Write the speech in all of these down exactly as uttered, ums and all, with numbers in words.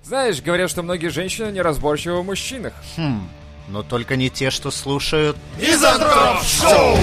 Знаешь, говорят, что многие женщины неразборчивы в мужчинах. Хм, но только не те, что слушают... Мизантроп Шоу!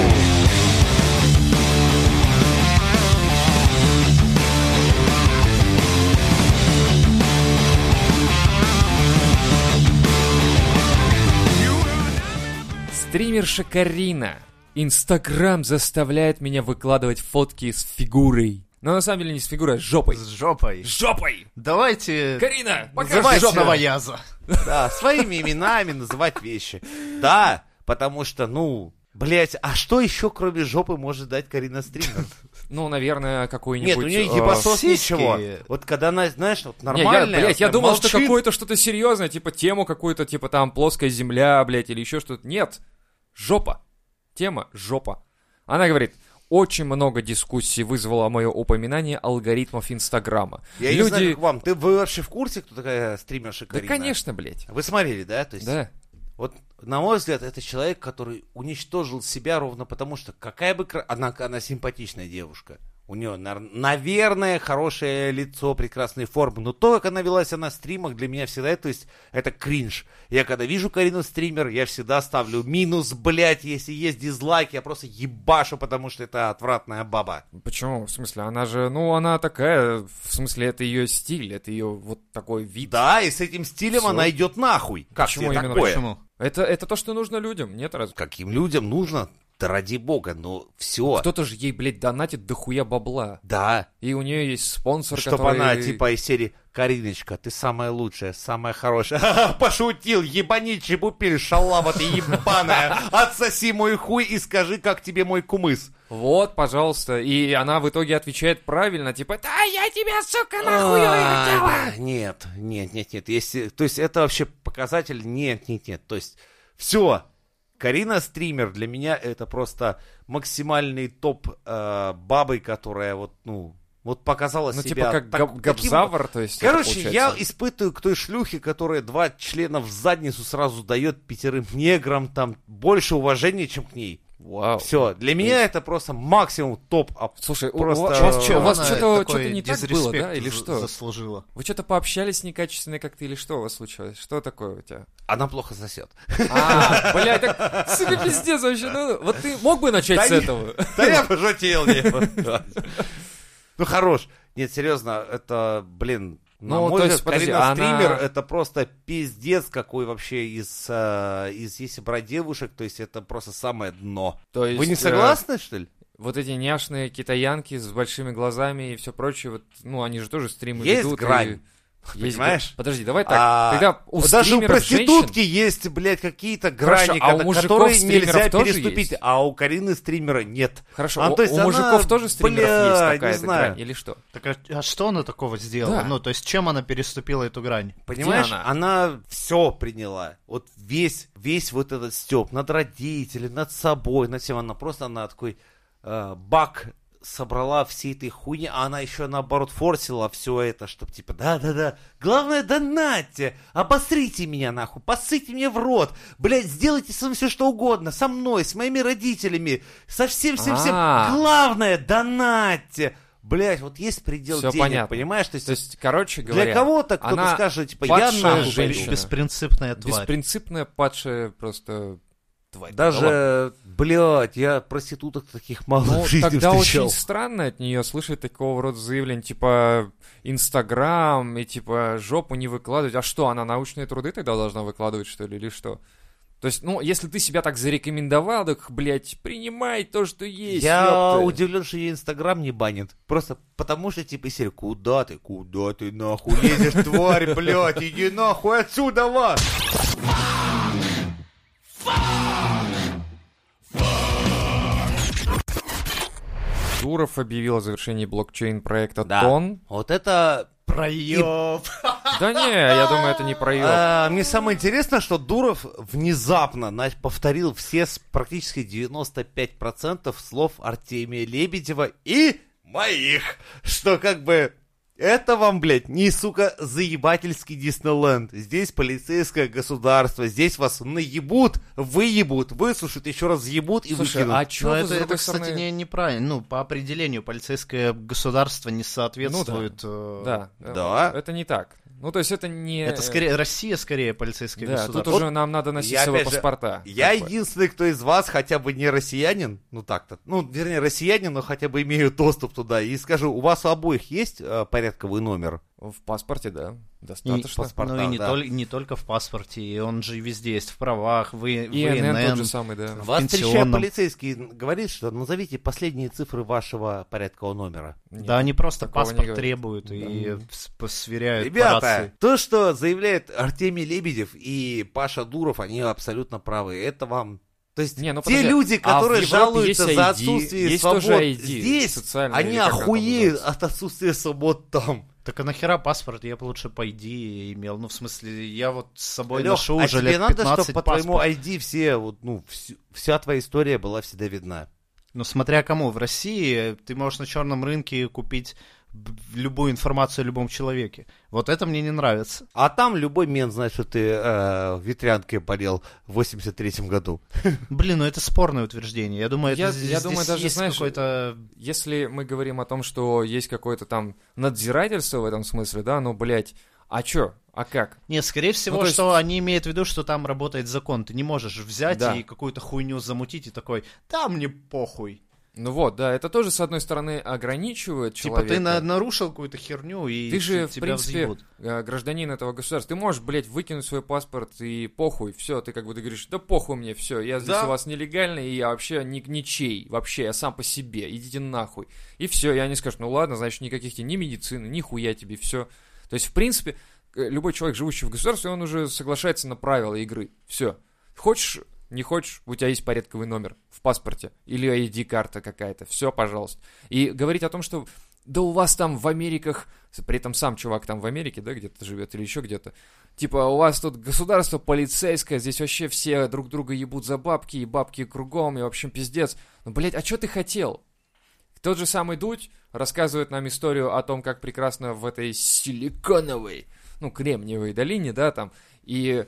Стримерша Карина. Инстаграм заставляет меня выкладывать фотки с фигурой. Но на самом деле не с фигурой, а с жопой. С жопой. С жопой! Давайте... Карина, покажи называть жопу. новояза. Да, своими именами называть вещи. Да, потому что, ну, блять, а что еще кроме жопы может дать Карина Стример? Ну, наверное, какой-нибудь... Нет, у нее э, ебасос сиськи. ничего. Вот когда она, знаешь, вот Не, я, нормальная... блядь, я думал, молчит. что какое-то что-то серьезное, типа тему какую-то, типа там плоская земля, блядь, или еще что-то. Нет, жопа. Тема жопа. Она говорит, очень много дискуссий вызвало мое упоминание алгоритмов Инстаграма. Я Люди... не знаю, как вам. Ты вы вообще в курсе, кто такая стримерша Да, Карина? конечно, блядь. Вы смотрели, да? То есть, Да. вот, на мой взгляд, это человек, который уничтожил себя ровно потому, что какая бы... кра- Она, она симпатичная девушка. У нее, наверное, хорошее лицо, прекрасные формы. Но то, как она вела себя на стримах, для меня всегда, то есть, это кринж. Я когда вижу Карину Стример, я всегда ставлю минус, блядь, если есть дизлайки, я просто ебашу, потому что это отвратная баба. Почему? В смысле, она же, ну, она такая, в смысле, это ее стиль, это ее вот такой вид. Да, и с этим стилем Всё. она идет нахуй. Как Почему тебе именно? такое? Почему? Это, это то, что нужно людям, нет разве? Каким людям нужно? Да ради бога, ну все. Кто-то же ей, блядь, донатит дохуя бабла. Да. И у нее есть спонсор, Чтобы который... она, типа, из серии «Кариночка, ты самая лучшая, самая хорошая». Ха-ха, пошутил, ебани чебупель, шалава ты ебаная. Отсоси мой хуй и скажи, как тебе мой кумыс. Вот, пожалуйста. И она в итоге отвечает правильно, типа, да, я тебя, сука, нахуй А, хотела. да, Нет, нет, нет, нет. Если, то есть это вообще показатель? Нет, нет, нет. То есть все. Карина Стример для меня это просто максимальный топ э, бабы, которая вот, ну, вот показала Ну, себя. типа, как так- габ- таким- габзавр, то есть, это Короче, я получается. испытываю к той шлюхе, которая два члена в задницу сразу дает пятерым неграм, там, больше уважения, чем к ней. Вау. Все, для меня это просто максимум топ. А Слушай, у- просто... у вас, чё, у вас Она что-то, такой что-то не так было, дизреспект да, или за- что? заслужила. Вы что-то пообщались некачественно как-то, или что у вас случилось? Что такое у тебя? Она плохо сосет. А, блядь, так, сука, пиздец вообще, ну, вот ты мог бы начать Да с не- этого? Да я пошутил. не. Ну хорош. Нет, серьезно, это, блин, на Ну, мой то взгляд, есть, подожди, Карина она- Стример это просто пиздец какой вообще из, э, из если брать девушек, то есть это просто самое дно. То есть, Вы не э, согласны, что ли? Вот эти няшные китаянки с большими глазами и все прочее, вот, ну, они же тоже стримы Есть ведут. и- грань. Есть Понимаешь? гра- Подожди, давай так. А, Когда у вот даже у стримеров проститутки женщин- есть, блядь, какие-то Хорошо, грани, а у когда- мужиков которые стримеров нельзя тоже переступить, есть? а у Карины Стримера нет. Хорошо, А, у, то есть у она, мужиков тоже стримеров бля, есть не какая-то знаю. грань, или что? Так а, а что она такого сделала? Да. Ну, то есть чем она переступила эту грань? Понимаешь, она? она, все приняла. Вот весь, весь вот этот стёб над родителями, над собой, над всем. Она просто, она такой э, бак собрала всей этой хуйни, а она еще наоборот форсила все это, чтобы типа, да-да-да, главное донатьте, обосрите меня нахуй, посыте мне в рот, блядь, сделайте со мной все что угодно, со мной, с моими родителями, со всем-всем-всем, А. главное донатьте. Блядь, вот есть предел Всё денег, понятно. понимаешь? То есть, То есть, короче говоря, для кого-то кто-то она скажет, типа, я падшая нахуй женщина. пойду. Беспринципная тварь. беспринципная, падшая просто тварь. Даже, блядь, я проституток таких мало Ну, в жизни тогда встречал. очень странно от нее слышать такого рода заявления, типа Инстаграм и типа жопу не выкладывать. А что, она научные труды тогда должна выкладывать, что ли, или что? То есть, ну, если ты себя так зарекомендовал, так, блядь, принимай то, что есть. Я ёпта. удивлен, что ее Инстаграм не банит. Просто потому что, типа, серия, куда ты, куда ты нахуй лезешь, тварь, блядь, иди нахуй отсюда, вас! Дуров объявил о завершении блокчейн-проекта Да. Тон. Вот это... Проеб. Да не, я думаю, это не проеб. А, мне самое интересное, что Дуров внезапно на- повторил все с- практически девяносто пять процентов слов Артемия Лебедева и моих. Что как бы... Это вам, блядь, не, сука, заебательский Диснейленд. Здесь полицейское государство. Здесь вас наебут, выебут, высушат, еще раз ебут и Слушай, выкинут. а чё Но ты, это, с это, другой кстати, стороны- не, неправильно. Ну, по определению, полицейское государство не соответствует... Ну э, Да, Да. это не так. Ну, то есть это не... Это скорее Россия, скорее полицейское Да, государство. тут уже нам надо носить Я, свои опять же, паспорта. Я как бы. единственный, кто из вас хотя бы не россиянин, ну так-то, ну, вернее, россиянин, но хотя бы имею доступ туда. И скажу, у вас у обоих есть э, порядковый номер? В паспорте, да, И, достаточно. паспорта, ну и не, да. толь- не только в паспорте, и он же везде есть, в правах, в, И- в И эн эн тот же ИНН. самый, да. В Вас встречая пенсионном. полицейский, говорит, что назовите последние цифры вашего порядкового номера. Нет, Да, они просто такого не паспорт говорят. требуют и Да. с- по- сверяют по Ребята, рации. то, что заявляет Артемий Лебедев и Паша Дуров, они абсолютно правы. Это вам... То есть Не, ну, те подожди, люди, а в которые Европе жалуются есть за ай ди, отсутствие есть свобод тоже ай ди здесь, социальный, они или как это охуеют называется? от отсутствия свобод там. Так а нахера паспорт? Я бы лучше по ай ди имел. Ну, в смысле, я вот с собой Лёх, ношу а уже тебе лет надо, пятнадцать чтобы по твоему паспорт. ай ди все, вот, ну, всю- вся твоя история была всегда видна. Ну, смотря кому. В России ты можешь на черном рынке купить б- любую информацию о любом человеке. Вот это мне не нравится. А там любой мент знает, что ты э, ветрянкой болел в восемьдесят третьем году. Блин, ну это спорное утверждение. Я думаю, Я- это я здесь думаю, даже, есть знаешь, какой-то... Если мы говорим о том, что есть какое-то там надзирательство в этом смысле, да, ну, блядь, а чё? А как? Нет, скорее всего, Ну, то есть- что они имеют в виду, что там работает закон. Ты не можешь взять Да. и какую-то хуйню замутить и такой, да, мне похуй. Ну вот, да, это тоже, с одной стороны, ограничивает человека. Типа ты на- нарушил какую-то херню, и Ты же, т- в тебя принципе, взъебут. э, гражданин этого государства. Ты можешь, блядь, выкинуть свой паспорт и похуй, все, ты как бы ты говоришь, да похуй мне, все, я здесь Да. у вас нелегальный, и я вообще ни, ничей, вообще, я сам по себе, идите нахуй. И все, и они скажут, ну ладно, значит, никаких тебе ни медицины, ни хуя тебе, все. То есть, в принципе, э, любой человек, живущий в государстве, он уже соглашается на правила игры. Все. Хочешь, не хочешь, у тебя есть порядковый номер в паспорте или ай ди-карта какая-то. Все, пожалуйста. И говорить о том, что да у вас там в Америках, при этом сам чувак там в Америке, да, где-то живет или еще где-то, типа у вас тут государство полицейское, здесь вообще все друг друга ебут за бабки, и бабки кругом, и в общем пиздец. Ну, блядь, а что ты хотел? Тот же самый Дудь рассказывает нам историю о том, как прекрасно в этой силиконовой, ну, Кремниевой долине, да, там, и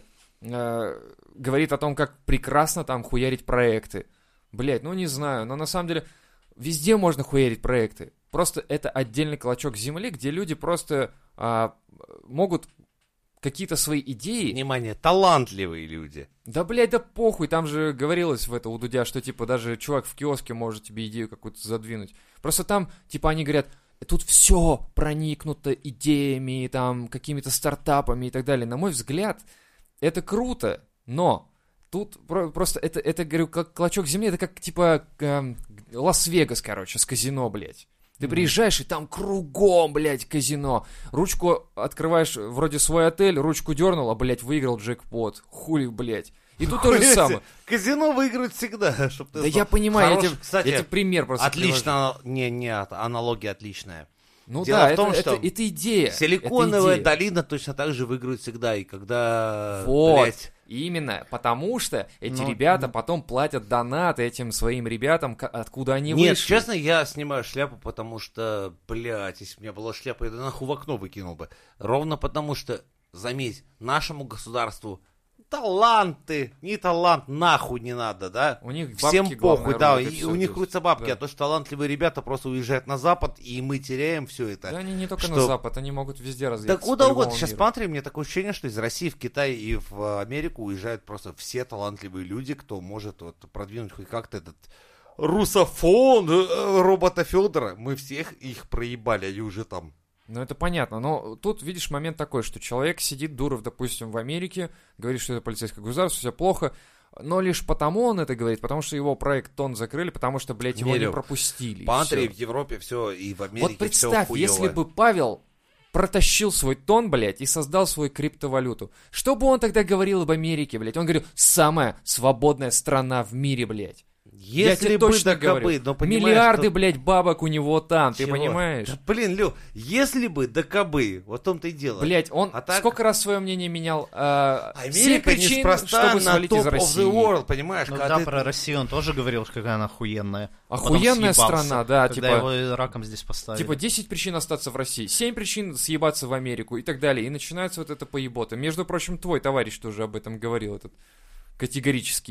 э, говорит о том, как прекрасно там хуярить проекты. Блять, ну не знаю, но на самом деле везде можно хуярить проекты. Просто это отдельный клочок земли, где люди просто а, могут какие-то свои идеи... Внимание, талантливые люди. Да, блядь, да похуй, там же говорилось в это у Дудя, что, типа, даже чувак в киоске может тебе идею какую-то задвинуть. Просто там, типа, они говорят, тут все проникнуто идеями, там, какими-то стартапами и так далее. На мой взгляд, это круто, но тут про- просто, это, это, говорю, как клочок земли, это как, типа, эм, Лас-Вегас, короче, с казино, блядь. Ты приезжаешь, и там кругом, блядь, казино. Ручку открываешь, вроде свой отель, ручку дернул, а, блядь, выиграл джекпот. Хули, блядь. И тут то же Хуя самое. себе, казино выиграют всегда, чтоб ты Да знал. я понимаю, я Хороший, тебе, кстати, я тебе пример просто привожу. Отлично, не, не, аналогия отличная. Ну Дело да, в том, это, что это, это идея. Силиконовая это идея. долина точно так же выиграет всегда, и когда, Вот, блядь, именно, потому что эти Ну, ребята потом платят донаты этим своим ребятам, ка- откуда они Нет, вышли. честно, я снимаю шляпу, потому что, блядь, если бы у меня была шляпа, я нахуй в окно выкинул бы. Ровно потому что, заметь, нашему государству таланты, не талант, нахуй не надо, да? У них Всем бабки, похуй, главное, да, рулят, и и всё, у то них есть, крутятся бабки, да. а то, что талантливые ребята просто уезжают на Запад, и мы теряем все это. Да они не только что- на Запад, они могут везде Да разъехаться. куда по угодно. любому Сейчас миру. смотри, мне такое ощущение, что из России в Китай и в Америку уезжают просто все талантливые люди, кто может вот продвинуть хоть как-то этот русофон э, робота Федора. Мы всех их проебали, они уже там. Ну, это понятно, но тут, видишь, момент такой, что человек сидит, Дуров, допустим, в Америке, говорит, что это полицейское государство, все плохо, но лишь потому он это говорит, потому что его проект ТОН закрыли, потому что, блядь, его Не, не Лёв, пропустили. и Посмотри, всё. в Европе все, и в Америке Вот всё представь, хуёво. если бы Павел протащил свой ТОН, блядь, и создал свою криптовалюту, что бы он тогда говорил об Америке, блядь? Он говорил, самая свободная страна в мире, блядь. Я Если тебе бы точно да кабы, говорю. но понимаешь, Миллиарды, что- блядь, бабок у него там, ты Чего? понимаешь? Да, блин, Лё, если бы да кабы, вот в том-то и дело. Блять, он А так- сколько раз свое мнение менял? А, семь Америка причин, неспроста чтобы на свалить топ из of России. the world, понимаешь? Ну когда да, ты- про Россию он тоже говорил, какая она охуенная. А потом Охуенная съебался, страна, да, когда типа- его раком здесь поставили. Типа десять причин остаться в России, семь причин съебаться в Америку и так далее. И начинается вот это поебота. Между прочим, твой товарищ тоже об этом говорил, этот категорический.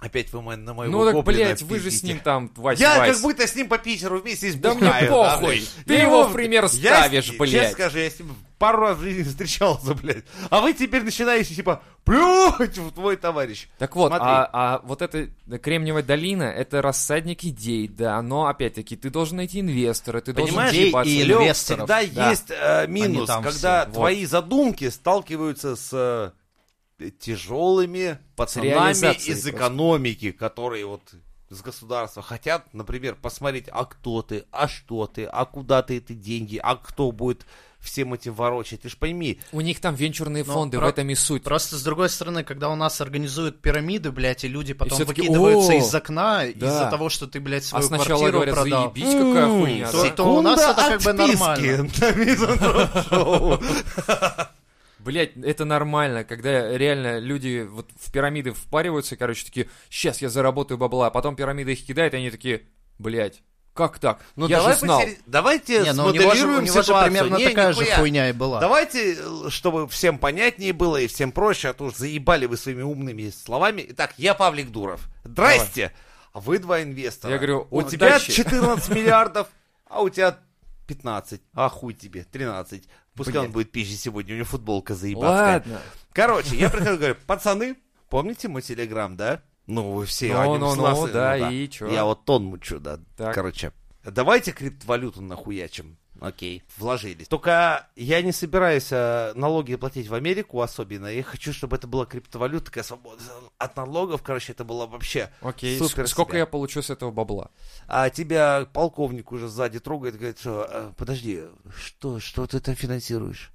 Опять вы на моего Ну так, гоблина блядь, вы же с пиздите. ним там, Вась, Я Вась. как будто с ним по Питеру вместе Да избухаю. мне похуй. блядь. Ты Я его в пример я ставишь, с- блядь. Честно скажу, я с ним пару раз в жизни встречался, блядь. А вы теперь начинаете, типа, плюнуть в твой товарищ. Так вот, Смотри. а, а вот эта Кремниевая долина, это рассадник идей, да, но опять-таки ты должен найти инвестора, ты Понимаешь, должен ебаться. и Лёв, инвесторов, всегда да. есть э, минус, там когда все, твои задумки сталкиваются с э, тяжелыми пацанами реализацией из просто. экономики, которые вот с государства хотят, например, посмотреть, а кто ты, а что ты, а куда ты эти деньги, а кто будет всем этим ворочать. Ты ж пойми, У них там венчурные Ну, фонды, про- в этом и суть. Просто с другой стороны, когда у нас организуют пирамиды, блядь, и люди потом все таки, выкидываются «О, из окна да». из-за того, что ты, блядь, А свою сначала квартиру говорят, продал. заебись, какая м, хуйня, то- да? то у нас секунда это как бы отписки нормально. на Мизантроп-шоу. Блять, это нормально, когда реально люди вот в пирамиды впариваются, короче, такие, сейчас я заработаю бабла, а потом пирамида их кидает, и они такие, блять, как так? Ну, я давай же знал. посери- Давайте Не, ну у него же, у смоделируем него же ситуацию. примерно Не, такая же нихуя. хуйня и была. Давайте, э, чтобы всем понятнее было и всем проще, а то уж заебали вы своими умными словами. Итак, я Павлик Дуров. Здрасте. А вы два инвестора. Я говорю, у удачи. тебя четырнадцать миллиардов, а у тебя пятнадцать. А хуй тебе, тринадцать. Пускай Блин. он будет пизже сегодня, у него футболка заебатская. Ладно. Короче, я прихожу и говорю, пацаны, помните мой телеграм, да? Ну, вы все Ну, о нем ну, ну, слышали, да, и чё? Я вот тон мучу, да. Так. Короче, давайте криптовалюту нахуячим. Окей, вложились. Только я не собираюсь а, налоги платить в Америку особенно. Я хочу, чтобы это была криптовалюта, такая свобода от налогов. Короче, это было вообще Окей, супер. ск- сколько себя. я получу с этого бабла? А тебя полковник уже сзади трогает и говорит, что «А, подожди, что, что ты там финансируешь?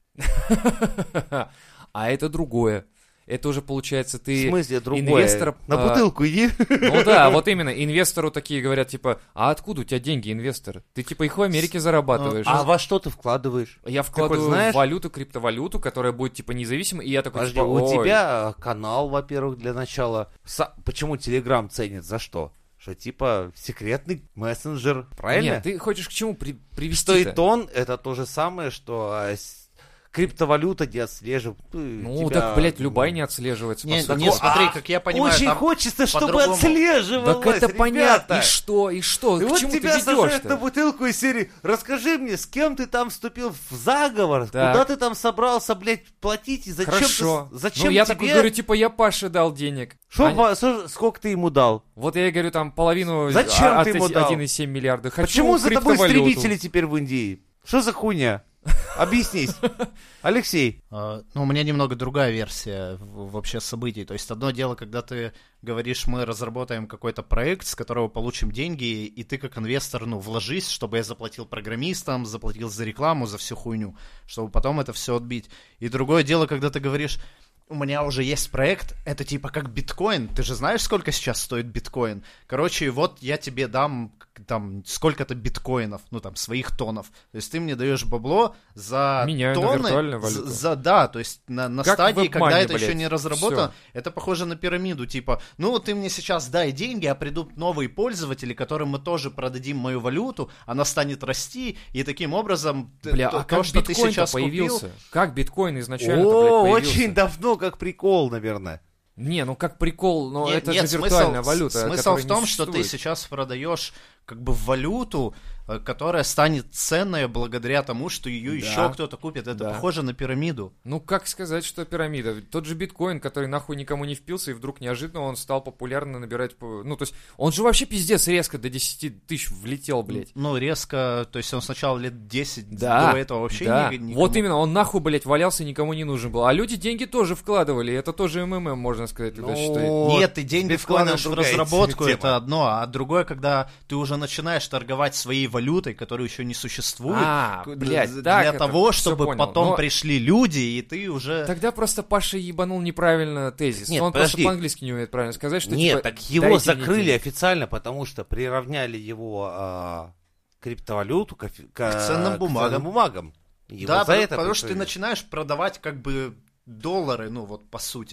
А это другое. Это уже получается В ты... смысле другое? инвестора, На а, бутылку иди. Ну да, вот именно, инвестору такие говорят, типа, а откуда у тебя деньги, инвестор? Ты типа их в Америке зарабатываешь. А во что ты вкладываешь? Я хоть вкладываю знаешь? в валюту, криптовалюту, которая будет типа независимой, и я такой, Подожди, типа, у «Ой». тебя канал, во-первых, для начала. Са- Почему Телеграм ценит? За что? Что типа секретный мессенджер, правильно? Нет, ты хочешь к чему при- привести? Стоит он, это то же самое, что а, с- криптовалюта не отслеживает. Ну, так, блядь, любая не отслеживается. Не, по сути. не, смотри, а, как я понимаю, Очень там хочется, чтобы по-другому. отслеживалось, Так это ребята. понятно. И что, и что? И к вот чему тебя ты сажают на ведешь-то? бутылку из серии «Расскажи мне, с кем ты там вступил в заговор? Так. Куда ты там собрался, блядь, платить? И зачем Хорошо. ты... Зачем ну, я тебе... такой говорю, типа, я Паше дал денег. Шо Они- по- со- сколько ты ему дал? Вот я говорю, там, половину Зачем а- от ты ему эти- дал? один и семь миллиарда. Хочу Почему за тобой криптовалюту. истребители теперь в Индии? Что за хуйня? Объяснись. Алексей. А, ну, у меня немного другая версия в- вообще событий. То есть одно дело, когда ты говоришь, мы разработаем какой-то проект, с которого получим деньги, и ты как инвестор, ну, вложись, чтобы я заплатил программистам, заплатил за рекламу, за всю хуйню, чтобы потом это все отбить. И другое дело, когда ты говоришь, у меня уже есть проект, это типа как биткоин. Ты же знаешь, сколько сейчас стоит биткоин? Короче, вот я тебе дам там сколько-то биткоинов, ну там своих тонов. То есть ты мне даешь бабло за Меняю на тонны. виртуальную за, валюту. за- да, то есть на, на Как в стадии, веб-мане, когда это блядь. еще не разработано, Всё. это похоже на пирамиду. Типа, ну ты мне сейчас дай деньги, а придут новые пользователи, которым мы тоже продадим мою валюту, она станет расти, и таким образом т- Бля, то, а то, как что ты биткоин сейчас появился? купил, Как биткоин изначально, О, блядь, появился? очень давно, как прикол, наверное. Не, ну как прикол, но Нет, это нет, же смысл- виртуальная валюта. Смысл которая в не том, что ты существует. сейчас продаешь как бы валюту, э, которая станет ценной благодаря тому, что ее Да. еще кто-то купит. Это Да. похоже на пирамиду. Ну, как сказать, что пирамида? Тот же биткоин, который нахуй никому не впился, и вдруг неожиданно он стал популярно набирать... по- Ну, то есть, он же вообще пиздец резко до десяти тысяч влетел, блядь. Ну, резко, то есть он сначала лет десять Да, до этого вообще да. ни- никому- Вот именно, он нахуй, блядь, валялся, никому не нужен был. А люди деньги тоже вкладывали, и это тоже МММ, можно сказать, тогда Ну, считает. Нет, ты деньги с биткоином вкладываешь в другая разработку, тема. это одно, а другое, когда ты уже начинаешь торговать своей валютой, которая еще не существует, А, к- блядь, для так это, того, всё чтобы понял. потом Но- пришли люди, и ты уже... Тогда просто Паша ебанул неправильно тезис. Нет, он подожди. просто по-английски не умеет правильно сказать, что Нет, типа, так его дайте мне закрыли денег. официально, потому что приравняли его а, криптовалюту к, офи- к, К ценным бумагам. ценным бумагам. Его Да, за потому, это потому что ты прикрыли. начинаешь продавать как бы доллары, ну вот по сути.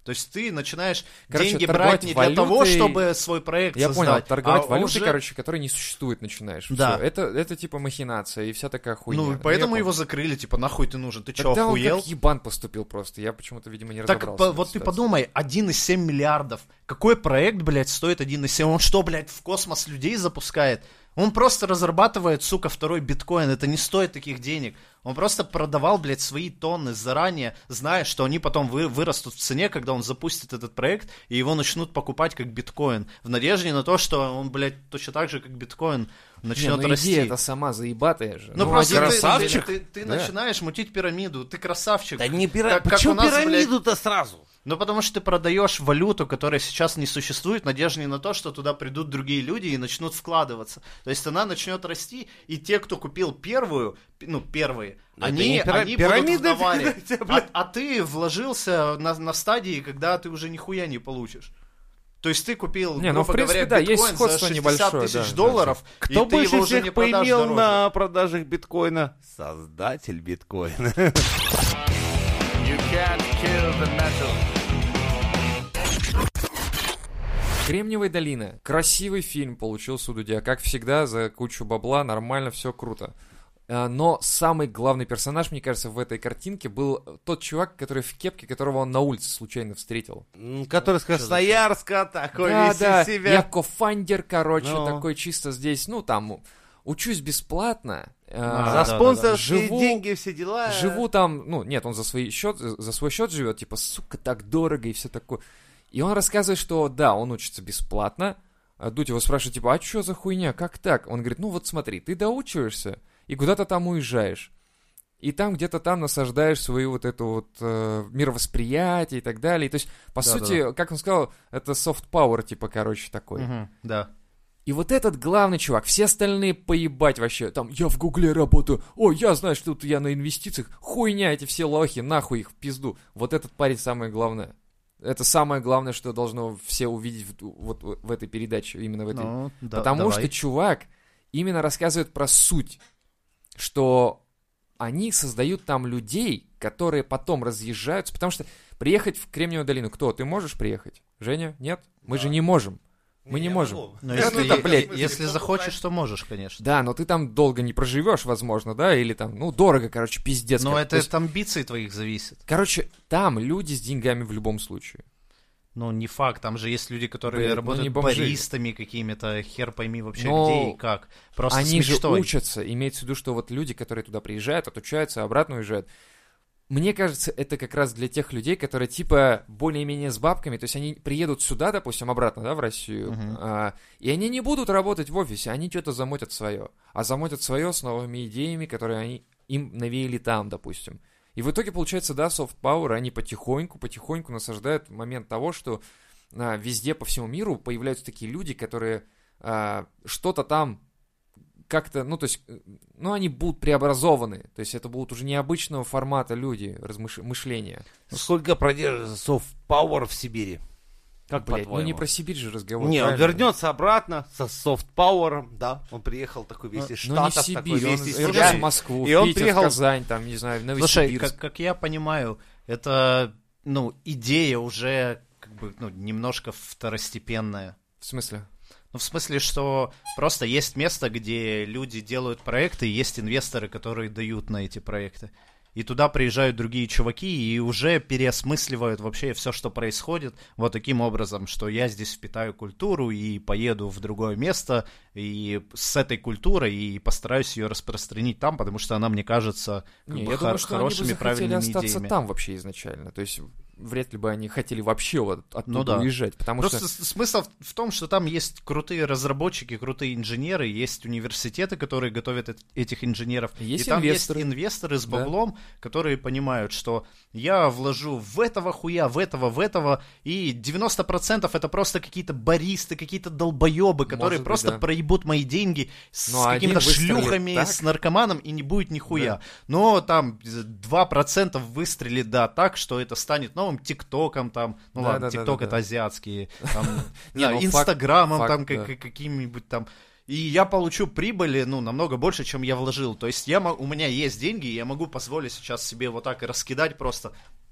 То есть ты начинаешь Короче, деньги торговать брать не для валютой- того, чтобы свой проект Я создать. понял, торговать а валютой, уже- короче, которая не существует, начинаешь. Да. Всё. Это, это типа махинация и вся такая хуйня. Ну, и я поэтому понял. его закрыли, типа, нахуй ты нужен, ты чё, Тогда он охуел? как ебан поступил просто. Я почему-то, видимо, не Так разобрался. по- в вот этой ты ситуации. подумай, один и семь миллиардов. Какой проект, блядь, стоит один и семь? Он что, блядь, в космос людей запускает? Он просто разрабатывает, сука, второй биткоин. Это не стоит таких денег. Он просто продавал, блядь, свои тонны заранее, зная, что они потом вы, вырастут в цене, когда он запустит этот проект, и его начнут покупать как биткоин. В надежде на то, что он, блядь, точно так же, как биткоин, начнет Не, ну расти. идея это сама заебатая же. Ну, Ну, просто один- ты, красавчик. ты, ты Да. начинаешь мутить пирамиду, ты красавчик. Да не пира... Как- как Почему у нас, пирамиду-то сразу? Ну, потому что ты продаешь валюту, которая сейчас не существует, в надежде на то, что туда придут другие люди и начнут вкладываться. То есть она начнет расти, и те, кто купил первую, пи- ну, первые, Это они, не пира- они будут в пирамида, наваре. блядь, А, а ты вложился на, на стадии, когда ты уже нихуя не получишь. То есть ты купил, Не, ну, грубо в принципе, говоря, да, есть биткоин за сходство шестьдесят небольшое, тысяч да, долларов, Кто и ты больше его уже не всех продашь поимел дороже. на продажах биткоина? Создатель биткоина. Кремниевая долина. Красивый фильм получился у Дудя. Как всегда, за кучу бабла, нормально, все круто. А, Но самый главный персонаж, мне кажется, в этой картинке был тот чувак, который в кепке, которого он на улице случайно встретил. М, Который с Красноярска, такой Да, весь из да, себя. я кофандер, короче, Ну. такой чисто здесь, ну, там, учусь бесплатно. А, а, За да, да, спонсорские Живу- деньги все дела. Живу там, ну, нет, он за свой счет, за свой счет живет, типа, сука, так дорого и все такое. И он рассказывает, что, да, он учится бесплатно. А Дудь его спрашивает, типа, а что за хуйня, как так? Он говорит, ну вот смотри, ты доучиваешься и куда-то там уезжаешь. И там где-то там насаждаешь свою вот эту вот э, мировосприятие и так далее. И, то есть, по Да, сути, да, как он сказал, это soft power, типа, короче, такой. Мгм, да. И вот этот главный чувак, все остальные поебать вообще, там, я в Гугле работаю, ой, я знаю, что тут я на инвестициях, хуйня, эти все лохи, нахуй их в пизду. Вот этот парень самое главное. Это самое главное, что должно все увидеть в, вот в этой передаче, именно в этой. Ну, да, Потому давай. что чувак именно рассказывает про суть, что они создают там людей, которые потом разъезжаются, потому что приехать в Кремниевую долину, кто? Ты можешь приехать? Женя? Нет? Мы же не можем. Мы не я можем. могу. Ну, Ну, если, это, блядь, е- если захочешь, то можешь, конечно. Да, но ты там долго не проживешь, возможно, да, или там, ну, дорого, короче, пиздец. Но как. это То есть, от амбиций твоих зависит. короче, там люди с деньгами в любом случае. Ну, не факт, там же есть люди, которые Блядь, ну, работают не бомжи. баристами какими-то, хер пойми вообще Но где и как. Просто Они с же мечтой. учатся, имеется в виду, что вот люди, которые туда приезжают, отучаются, обратно уезжают. Мне кажется, это как раз для тех людей, которые типа более-менее с бабками, то есть они приедут сюда, допустим, обратно, да, в Россию, Мгм. а, и они не будут работать в офисе, они что-то замотят свое, а замотят свое с новыми идеями, которые они им навеяли там, допустим. И в итоге получается, да, soft power, они потихоньку, потихоньку насаждают момент того, что а, везде по всему миру появляются такие люди, которые а, что-то там как-то, ну, то есть, э, ну, они будут преобразованы, то есть это будут уже необычного формата люди, размыш... мышления. Сколько продержится soft power в Сибири? Как Блядь, ну по-твоему? не про Сибирь же разговор. Не, он правильно? вернется обратно со soft power, да, он приехал такой весь из Ну, не в Штатов, такой Сибирь, он весь из вернулся себя. в Москву, И в он Питер, приехал- в Казань, там, не знаю, в Слушай, Новосибирск. как, как я понимаю, это, ну, идея уже, как бы, ну, немножко второстепенная. В смысле? Ну, в смысле, что просто есть место, где люди делают проекты, и есть инвесторы, которые дают на эти проекты. И туда приезжают другие чуваки и уже переосмысливают вообще все, что происходит, вот таким образом, что я здесь впитаю культуру и поеду в другое место и с этой культурой и постараюсь ее распространить там, потому что она мне кажется как Не, бы я хор- думаю, что они бы хорошими, захотели правильными остаться идеями. там вообще изначально, то есть вряд ли бы они хотели вообще вот оттуда Ну да. уезжать, потому Просто что... с- смысл в в том, что там есть крутые разработчики, крутые инженеры, есть университеты, которые готовят эт- этих инженеров. Есть и там инвесторы. есть инвесторы с Да. баблом, которые понимают, что я вложу в этого хуя, в этого, в этого, и девяносто процентов это просто какие-то баристы, какие-то долбоебы, которые Может быть, просто да. проебут мои деньги с Ну, а один какими-то выстрелит шлюхами, так. с наркоманом, и не будет нихуя. Но там два процента выстрелит, да, так, что это станет новым ТикТоком, там, ну Да, ладно, да, да, ТикТок да, это да. азиатские, там, Не, да, ну, факт- Инстаграмом, факт, там, да. как- какими-нибудь там. И я получу прибыли, ну, намного больше, чем я вложил. То есть я, мо- у меня есть деньги, и я могу позволить сейчас себе вот так и раскидать просто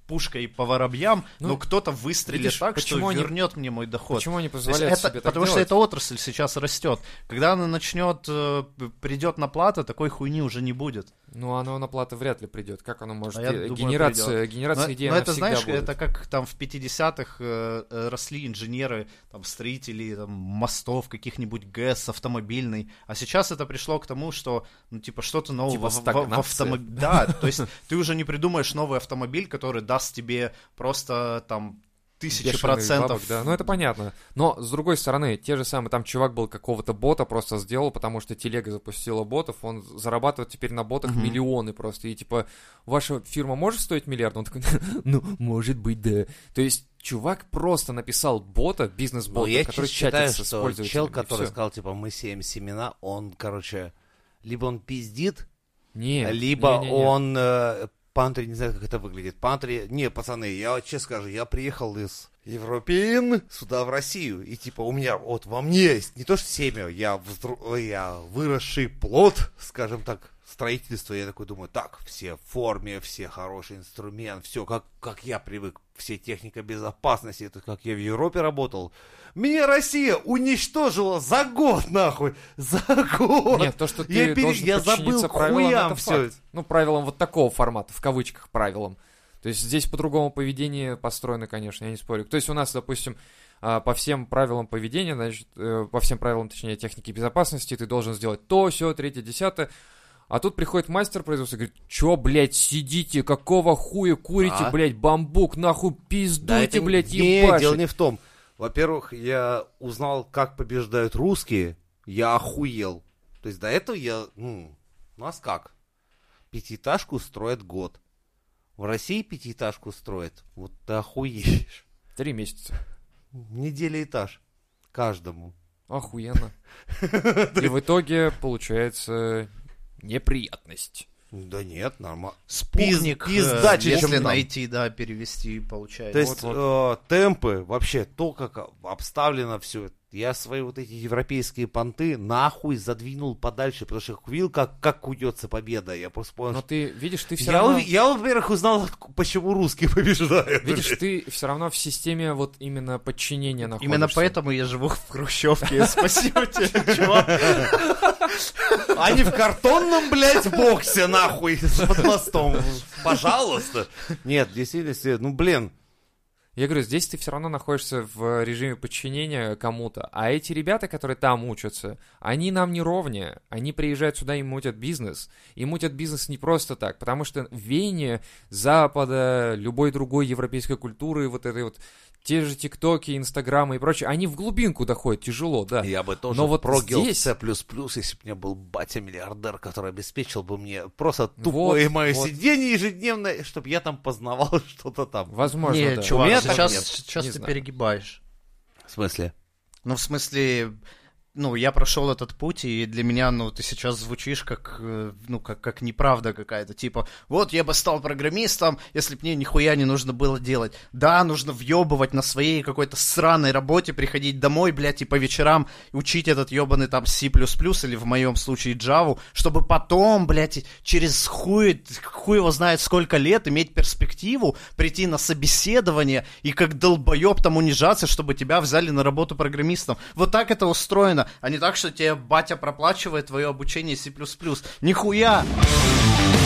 пушкой по воробьям, Ну, но кто-то выстрелит видишь, так, что почему они- вернет мне мой доход. Почему они То есть позволяют это- себе так потому что делать? эта отрасль сейчас растет. Когда она начнет, э, придет на плата, такой хуйни уже не будет. Ну, оно на плату вряд ли придет. Как оно может? А я Э, думаю, генерация, придет. генерация Но, идей, но она это, всегда знаешь, будет. это как там в пятидесятых э, э, росли инженеры, там, строители там, мостов, каких-нибудь ГЭС, автомобильный. А сейчас это пришло к тому, что, ну, типа, что-то новое Типа в, в- в стагнация. автомобиле. Да, то есть ты уже не придумаешь новый автомобиль, который даст тебе просто там тысячи Бешеный процентов. бабок, да, ну это понятно. Но, с другой стороны, те же самые, там чувак был какого-то бота просто сделал, потому что телега запустила ботов, он зарабатывает теперь на ботах Мгм. миллионы просто. И типа, ваша фирма может стоить миллиард? Он такой, ну, может быть, да. То есть, чувак просто написал бота, Ну, бизнес-бота, я который честно считаю, чатится с что пользователями. чел, и который всё. сказал, типа, мы сеем семена, он, короче, либо он пиздит, Не, либо не, не, не. он... э, Пантри, не знаю, как это выглядит. Пантри... Не, пацаны, я честно скажу, я приехал из Европеин сюда, в Россию, и типа у меня вот во мне есть не то что семя, я, вздру... я выросший плод, скажем так, строительства. Я такой думаю, так, все в форме, все хороший инструмент, все как, как я привык, все техника безопасности, это как я в Европе работал. Меня Россия уничтожила за год, нахуй, за год. Нет, то, что ты я, пере- должен я забыл подчиниться к правилам, хуям это все. факт. Ну, правилам вот такого формата, в кавычках правилам. То есть здесь по-другому поведение построено, конечно, я не спорю. То есть у нас, допустим, а, по всем правилам поведения, значит, э, по всем правилам, точнее, техники безопасности, ты должен сделать то, сё, третье, десятое. А тут приходит мастер производства и говорит, чё, блядь, сидите, какого хуя курите, А? блядь, бамбук, нахуй Да, пиздуйте, это блядь, не, ебашить. дело не в том. Во-первых, я узнал, как побеждают русские, я охуел. То есть до этого я, ну, у нас как? Пятиэтажку строят год. В России пятиэтажку строят, вот ты охуеешь. Три месяца. Неделя этаж каждому. Охуенно. И в итоге получается неприятность. Да нет, нормально. Спутник, Пиз- э, пиздаче, если чем там. найти, да, перевести, получается. То есть Вот, э, темпы, вообще то, как обставлено все. Я свои вот эти европейские понты нахуй задвинул подальше, потому что увидел, как, как куется победа. Я просто понял, Но что... ты видишь, ты все Я, равно... уви- я, во-первых, узнал, почему русские побеждают. Видишь, ты все равно в системе вот именно подчинения находишься. Именно поэтому я живу в хрущевке. Спасибо тебе, чувак. А не в картонном, блядь, боксе, нахуй, под мостом. Пожалуйста. Нет, в действительности, ну, блин. Я говорю, здесь ты все равно находишься в режиме подчинения кому-то. А эти ребята, которые там учатся, они нам не ровнее. Они приезжают сюда и мутят бизнес. И мутят бизнес не просто так, потому что веяние Запада, любой другой европейской культуры, вот этой вот, те же ТикТоки, Инстаграмы и прочее, они в глубинку доходят, тяжело, да. Я бы тоже Но вот прогил здесь- C++, если бы у меня был батя-миллиардер, который обеспечил бы мне просто тупое Вот, мое вот. сиденье ежедневное, чтобы я там познавал что-то там. Возможно, Не, да. У чувак, меня так сейчас, нет. сейчас Не ты знаю. перегибаешь. В смысле? Ну, в смысле, ну, я прошел этот путь, и для меня, ну, ты сейчас звучишь как, э, ну, как, как неправда какая-то. Типа, вот я бы стал программистом, если бы мне нихуя не нужно было делать. Да, нужно въебывать на своей какой-то сраной работе, приходить домой, блядь, и по вечерам учить этот ебаный там C++, или в моем случае Java, чтобы потом, блядь, через хуй, хуй его знает сколько лет иметь перспективу, прийти на собеседование и как долбоеб там унижаться, чтобы тебя взяли на работу программистом. Вот так это устроено, а не так, что тебе батя проплачивает твое обучение C++. Нихуя!